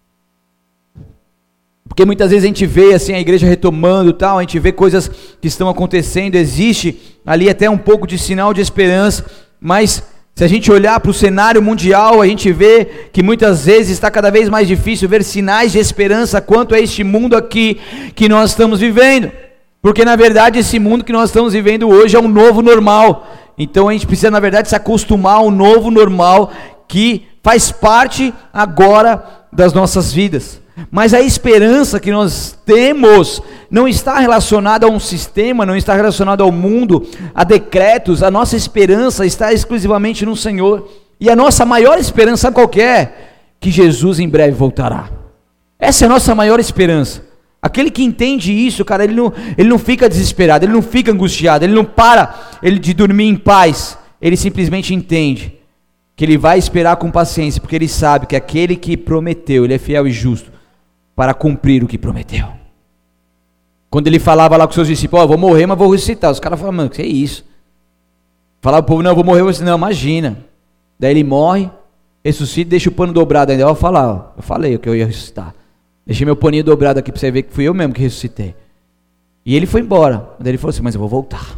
Porque muitas vezes a gente vê assim a igreja retomando tal, a gente vê coisas que estão acontecendo, existe ali até um pouco de sinal de esperança, mas se a gente olhar para o cenário mundial, a gente vê que muitas vezes está cada vez mais difícil ver sinais de esperança quanto a este mundo aqui que nós estamos vivendo, porque na verdade esse mundo que nós estamos vivendo hoje é um novo normal. Então a gente precisa na verdade se acostumar ao novo normal que faz parte agora das nossas vidas. Mas a esperança que nós temos não está relacionada a um sistema, não está relacionada ao mundo, a decretos. A nossa esperança está exclusivamente no Senhor. E a nossa maior esperança, sabe qual que é? Que Jesus em breve voltará. Essa é a nossa maior esperança. Aquele que entende isso, cara, ele não, ele não fica desesperado, ele não fica angustiado, ele não para ele de dormir em paz. Ele simplesmente entende que ele vai esperar com paciência, porque ele sabe que aquele que prometeu, ele é fiel e justo para cumprir o que prometeu. Quando ele falava lá com seus discípulos, ó, oh, vou morrer, mas vou ressuscitar. Os caras falavam, mano, que é isso? Falava pro povo, não, eu vou morrer, eu vou ressuscitar. Não, imagina. Daí ele morre, ressuscita e deixa o pano dobrado ainda. Eu vou falar, ó, eu falei que eu ia ressuscitar. Deixei meu paninho dobrado aqui para você ver que fui eu mesmo que ressuscitei. E ele foi embora. Daí ele falou assim, mas eu vou voltar.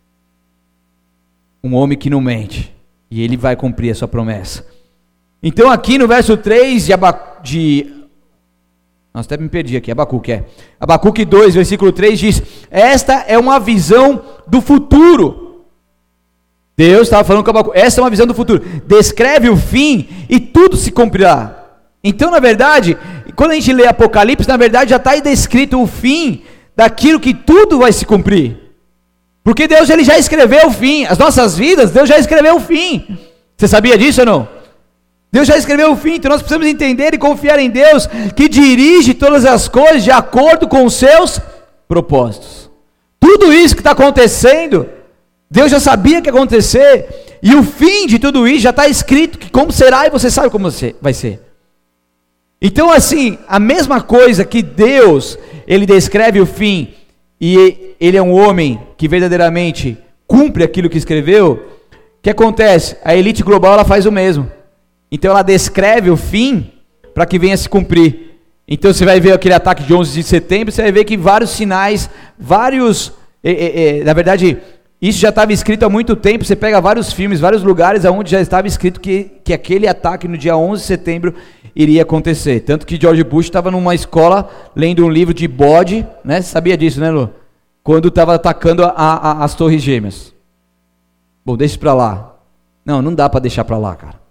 Um homem que não mente. E ele vai cumprir a sua promessa. Então aqui no verso três de, Abac... de... Nossa, até me perdi aqui, Abacuque é. Abacuque dois, versículo três diz, esta é uma visão do futuro. Deus estava falando com Abacuque, essa é uma visão do futuro. Descreve o fim e tudo se cumprirá. Então, na verdade, quando a gente lê Apocalipse, na verdade já está descrito o fim daquilo que tudo vai se cumprir. Porque Deus ele já escreveu o fim. As nossas vidas, Deus já escreveu o fim. Você sabia disso ou não? Deus já escreveu o fim, então nós precisamos entender e confiar em Deus, que dirige todas as coisas de acordo com os seus propósitos. Tudo isso que está acontecendo, Deus já sabia que ia acontecer, e o fim de tudo isso já está escrito, que como será, e você sabe como vai ser. Então assim, a mesma coisa que Deus, ele descreve o fim, e ele é um homem que verdadeiramente cumpre aquilo que escreveu, o que acontece? A elite global ela faz o mesmo. Então ela descreve o fim para que venha a se cumprir. Então você vai ver aquele ataque de onze de setembro, você vai ver que vários sinais, vários, é, é, é, na verdade, isso já estava escrito há muito tempo. Você pega vários filmes, vários lugares onde já estava escrito que, que aquele ataque no dia onze de setembro iria acontecer. Tanto que George Bush estava numa escola lendo um livro de bode, né? Você sabia disso, né, Lu? Quando estava atacando a, a, as torres gêmeas. Bom, deixa para lá. Não, não dá para deixar para lá, cara.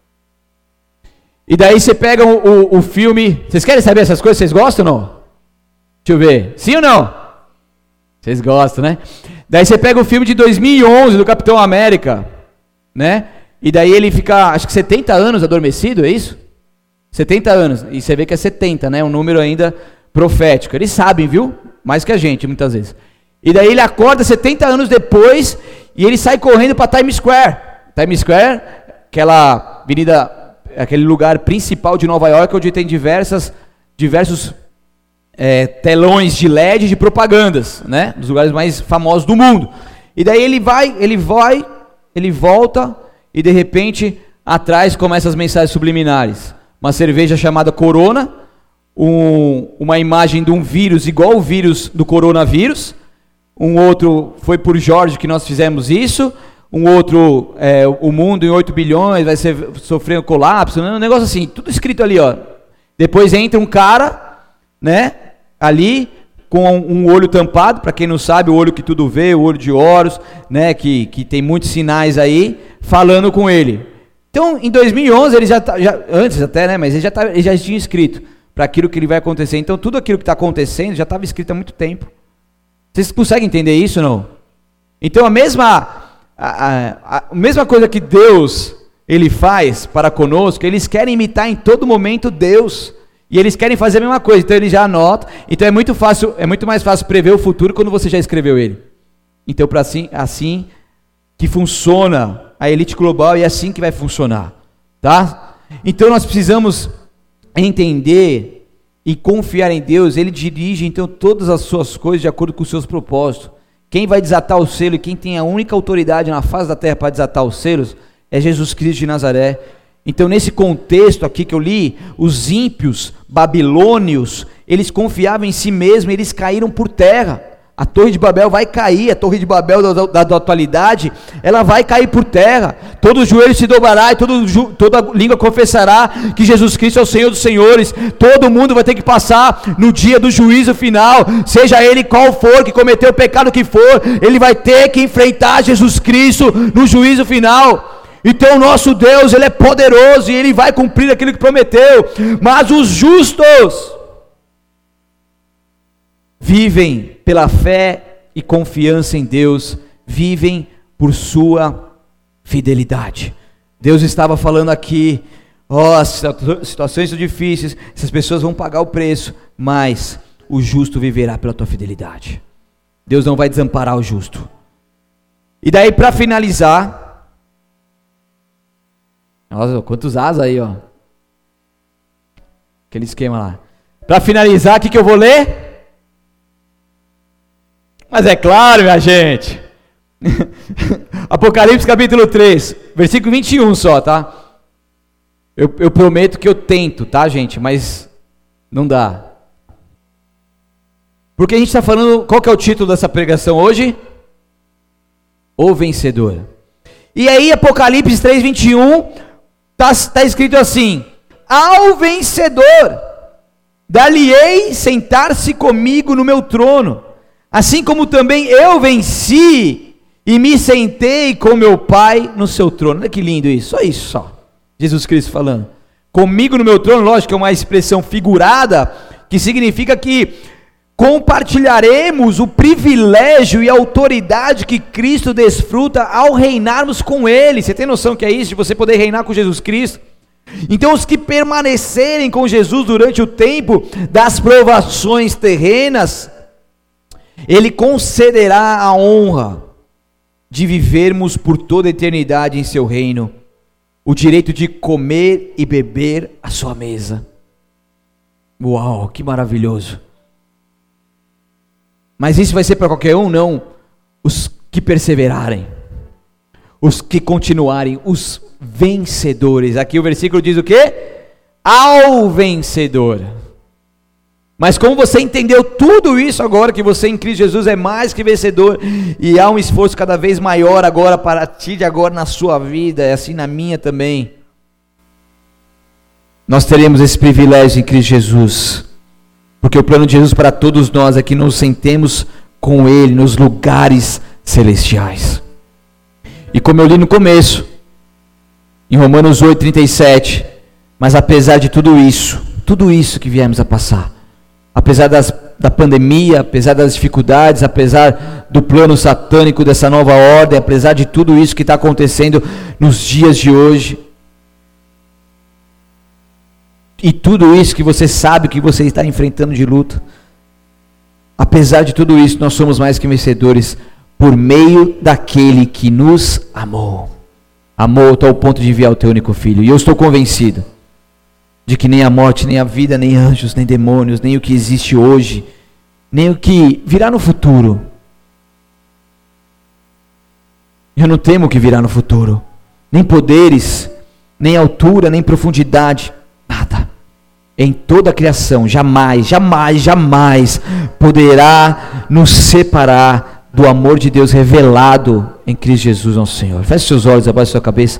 E daí você pega o, o, o filme. Vocês querem saber essas coisas? Vocês gostam ou não? Deixa eu ver. Sim ou não? Vocês gostam, né? Daí você pega o filme de dois mil e onze do Capitão América, né? E daí ele fica, acho que setenta anos adormecido, é isso? setenta anos. E você vê que é setenta, né? Um número ainda profético. Eles sabem, viu? Mais que a gente, muitas vezes. E daí ele acorda setenta anos depois e ele sai correndo para Times Square. Times Square, aquela avenida, aquele lugar principal de Nova York, onde tem diversas, diversos é, telões de L E D de propagandas, né? Dos lugares mais famosos do mundo. E daí ele vai, ele vai, ele volta e de repente atrás começam as mensagens subliminares. Uma cerveja chamada Corona, um, uma imagem de um vírus igual o vírus do coronavírus. Um outro foi por Jorge que nós fizemos isso. Um outro, é, o mundo em oito bilhões vai ser, sofrer um colapso, um negócio assim, tudo escrito ali, ó. Depois entra um cara, né, ali, com um olho tampado, para quem não sabe, o olho que tudo vê, o olho de Horus, né, que, que tem muitos sinais aí, falando com ele. Então, em dois mil e onze, ele já, já antes até, né, mas ele já, tá, ele já tinha escrito para aquilo que ele vai acontecer. Então, tudo aquilo que está acontecendo já estava escrito há muito tempo. Vocês conseguem entender isso ou não? Então, a mesma... A, a, a mesma coisa que Deus ele faz para conosco, eles querem imitar em todo momento Deus, e eles querem fazer a mesma coisa, então eles já anotam. Então é muito fácil, é muito mais fácil prever o futuro quando você já escreveu ele. Então para assim, assim que funciona a elite global, e é assim que vai funcionar, tá? Então nós precisamos entender e confiar em Deus. Ele dirige então todas as suas coisas de acordo com os seus propósitos. Quem vai desatar o selo e quem tem a única autoridade na face da terra para desatar os selos é Jesus Cristo de Nazaré. Então, nesse contexto aqui que eu li, os ímpios babilônios, eles confiavam em si mesmos, eles caíram por terra. A torre de Babel vai cair, a torre de Babel da, da, da atualidade, ela vai cair por terra. Todo joelho se dobrará e todo, toda língua confessará que Jesus Cristo é o Senhor dos senhores. Todo mundo vai ter que passar no dia do juízo final, seja ele qual for, que cometeu o pecado que for, ele vai ter que enfrentar Jesus Cristo no juízo final. Então o nosso Deus, ele é poderoso e ele vai cumprir aquilo que prometeu. Mas os justos, vivem pela fé e confiança em Deus, vivem por sua fidelidade. Deus estava falando aqui, ó, oh, as situações são difíceis, essas pessoas vão pagar o preço, mas o justo viverá pela tua fidelidade. Deus não vai desamparar o justo. E daí, para finalizar, nossa, quantos asas aí, ó. Aquele esquema lá. Para finalizar, o que, que eu vou ler? Mas é claro, minha gente. Apocalipse capítulo três, versículo vinte e um só, tá? Eu, eu prometo que eu tento, tá, gente? Mas não dá. Porque a gente está falando, qual que é o título dessa pregação hoje? O Vencedor. E aí, Apocalipse três, vinte e um, está tá escrito assim: ao vencedor, dar-lhe-ei sentar-se comigo no meu trono, assim como também eu venci e me sentei com meu Pai no seu trono. Olha que lindo isso, só isso só. Jesus Cristo falando, comigo no meu trono, lógico que é uma expressão figurada, que significa que compartilharemos o privilégio e a autoridade que Cristo desfruta ao reinarmos com Ele. Você tem noção que é isso, de você poder reinar com Jesus Cristo? Então os que permanecerem com Jesus durante o tempo das provações terrenas, Ele concederá a honra de vivermos por toda a eternidade em seu reino, o direito de comer e beber à sua mesa. Uau, que maravilhoso! Mas isso vai ser para qualquer um? Não. Os que perseverarem, os que continuarem, os vencedores. Aqui o versículo diz o quê? Ao vencedor. Mas como você entendeu tudo isso agora, que você em Cristo Jesus é mais que vencedor, e há um esforço cada vez maior agora para ti, de agora na sua vida, é assim na minha também, nós teremos esse privilégio em Cristo Jesus, porque o plano de Jesus para todos nós é que nos sentemos com Ele nos lugares celestiais. E como eu li no começo, em Romanos oito, trinta e sete, mas apesar de tudo isso, tudo isso que viemos a passar, apesar das, da pandemia, apesar das dificuldades, apesar do plano satânico dessa nova ordem, apesar de tudo isso que está acontecendo nos dias de hoje, e tudo isso que você sabe que você está enfrentando de luta, apesar de tudo isso, nós somos mais que vencedores por meio daquele que nos amou. Amou até o ponto de enviar o teu único filho. E eu estou convencido de que nem a morte, nem a vida, nem anjos, nem demônios, nem o que existe hoje, nem o que virá no futuro. Eu não temo o que virá no futuro, nem poderes, nem altura, nem profundidade, nada. Em toda a criação, jamais, jamais, jamais poderá nos separar do amor de Deus revelado em Cristo Jesus, nosso Senhor. Feche seus olhos, abaixe sua cabeça.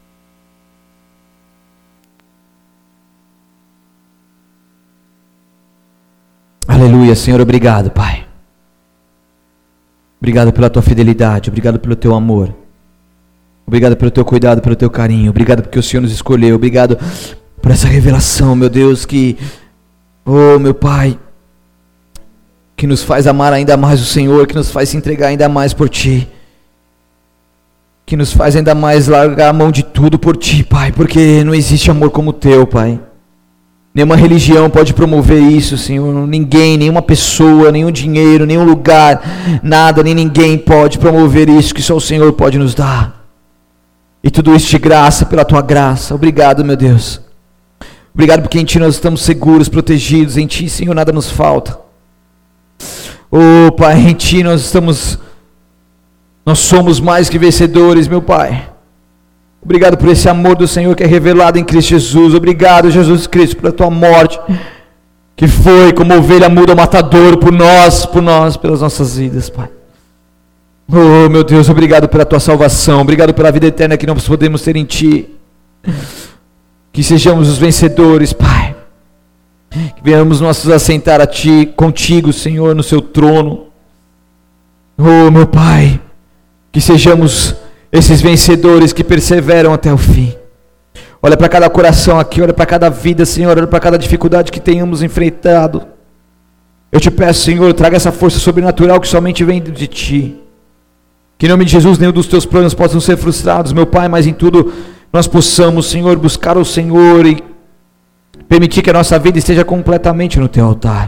Aleluia, Senhor, obrigado, Pai. Obrigado pela tua fidelidade, obrigado pelo teu amor. Obrigado pelo teu cuidado, pelo teu carinho. Obrigado porque o Senhor nos escolheu. Obrigado por essa revelação, meu Deus, que, oh, meu Pai, que nos faz amar ainda mais o Senhor, que nos faz se entregar ainda mais por Ti, que nos faz ainda mais largar a mão de tudo por Ti, Pai, porque não existe amor como o Teu, Pai. Nenhuma religião pode promover isso, Senhor. Ninguém, nenhuma pessoa, nenhum dinheiro, nenhum lugar, nada, nem ninguém pode promover isso que só o Senhor pode nos dar. E tudo isso de graça, pela Tua graça. Obrigado, meu Deus. Obrigado porque em Ti nós estamos seguros, protegidos. Em Ti, Senhor, nada nos falta. Oh, Pai, em Ti nós estamos, nós somos mais que vencedores, meu Pai. Obrigado por esse amor do Senhor que é revelado em Cristo Jesus. Obrigado, Jesus Cristo, pela Tua morte, que foi como ovelha muda ao matador por nós, por nós, pelas nossas vidas, Pai. Oh, meu Deus, obrigado pela Tua salvação. Obrigado pela vida eterna que nós podemos ter em Ti. Que sejamos os vencedores, Pai. Que venhamos nós assentar a Ti, contigo, Senhor, no Seu trono. Oh, meu Pai, que sejamos esses vencedores que perseveram até o fim. Olha para cada coração aqui, olha para cada vida, Senhor, olha para cada dificuldade que tenhamos enfrentado. Eu te peço, Senhor, traga essa força sobrenatural que somente vem de Ti. Que em nome de Jesus nenhum dos Teus planos possam ser frustrados, meu Pai, mas em tudo nós possamos, Senhor, buscar o Senhor e permitir que a nossa vida esteja completamente no Teu altar.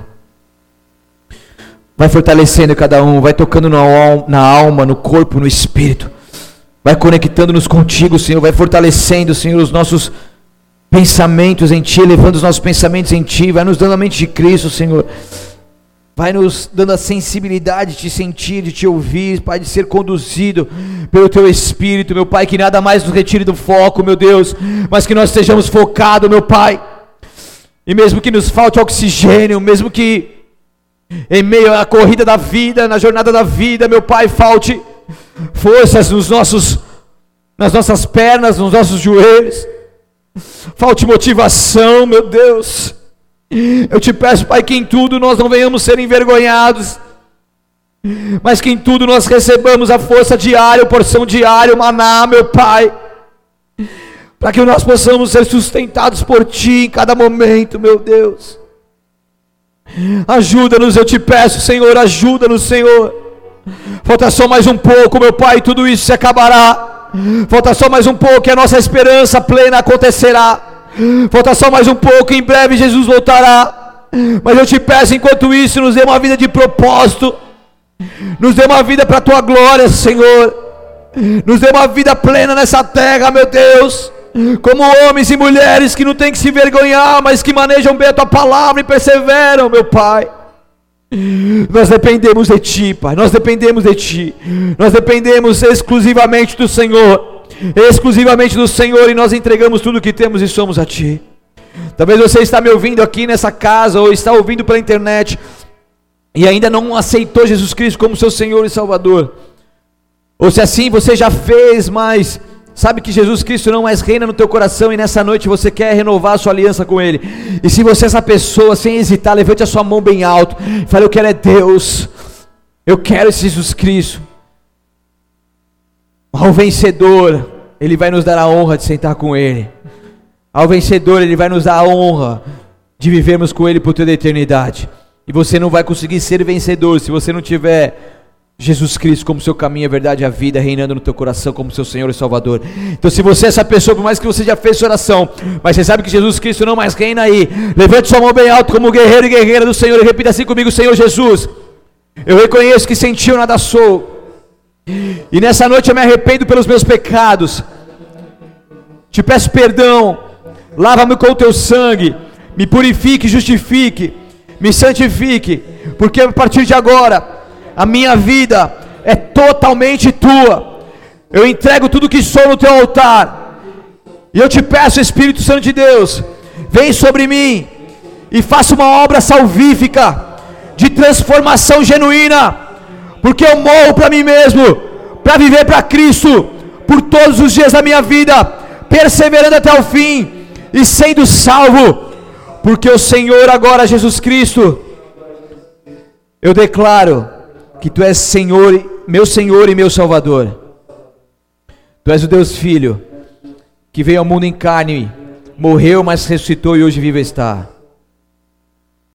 Vai fortalecendo cada um, vai tocando na alma, no corpo, no espírito. Vai conectando-nos contigo, Senhor, vai fortalecendo, Senhor, os nossos pensamentos em Ti, elevando os nossos pensamentos em Ti, vai nos dando a mente de Cristo, Senhor. Vai nos dando a sensibilidade de te sentir, de te ouvir, Pai, de ser conduzido pelo Teu Espírito, meu Pai, que nada mais nos retire do foco, meu Deus, mas que nós estejamos focados, meu Pai, e mesmo que nos falte oxigênio, mesmo que em meio à corrida da vida, na jornada da vida, meu Pai, falte forças nos nossos, nas nossas pernas, nos nossos joelhos, falte motivação, meu Deus. Eu te peço, Pai, que em tudo nós não venhamos ser envergonhados, mas que em tudo nós recebamos a força diária, a porção diária, o maná, meu Pai, para que nós possamos ser sustentados por Ti em cada momento, meu Deus. Ajuda-nos, eu te peço, Senhor, ajuda-nos, Senhor. Falta só mais um pouco, meu Pai, tudo isso se acabará. Falta só mais um pouco e a nossa esperança plena acontecerá. Falta só mais um pouco, em breve Jesus voltará. Mas eu te peço, enquanto isso, nos dê uma vida de propósito, nos dê uma vida para a Tua glória, Senhor, nos dê uma vida plena nessa terra, meu Deus, como homens e mulheres que não tem que se vergonhar, mas que manejam bem a Tua palavra e perseveram, meu Pai. Nós dependemos de Ti, Pai, nós dependemos de Ti, nós dependemos exclusivamente do Senhor, exclusivamente do Senhor, e nós entregamos tudo o que temos e somos a Ti. Talvez você está me ouvindo aqui nessa casa, ou está ouvindo pela internet, e ainda não aceitou Jesus Cristo como seu Senhor e Salvador, ou se assim você já fez, mas sabe que Jesus Cristo não mais reina no teu coração, e nessa noite você quer renovar a sua aliança com Ele. E se você é essa pessoa, sem hesitar, levante a sua mão bem alto e fale: eu quero é Deus, eu quero esse Jesus Cristo. Ao vencedor, Ele vai nos dar a honra de sentar com Ele. Ao vencedor, Ele vai nos dar a honra de vivermos com Ele por toda a eternidade. E você não vai conseguir ser vencedor se você não tiver Jesus Cristo como seu caminho, a verdade e a vida, reinando no teu coração como seu Senhor e Salvador. Então, se você é essa pessoa, por mais que você já fez sua oração, mas você sabe que Jesus Cristo não mais reina aí, levante sua mão bem alto como guerreiro e guerreira do Senhor e repita assim comigo: Senhor Jesus, eu reconheço que sem Ti eu nada sou, e nessa noite eu me arrependo pelos meus pecados, te peço perdão, lava-me com o Teu sangue, me purifique, justifique, me santifique, porque a partir de agora a minha vida é totalmente Tua. Eu entrego tudo que sou no Teu altar. E eu te peço, Espírito Santo de Deus, vem sobre mim e faça uma obra salvífica, de transformação genuína, porque eu morro para mim mesmo, para viver para Cristo, por todos os dias da minha vida, perseverando até o fim e sendo salvo, porque o Senhor agora, Jesus Cristo, eu declaro que Tu és Senhor, meu Senhor e meu Salvador. Tu és o Deus Filho, que veio ao mundo em carne, morreu, mas ressuscitou e hoje vive está.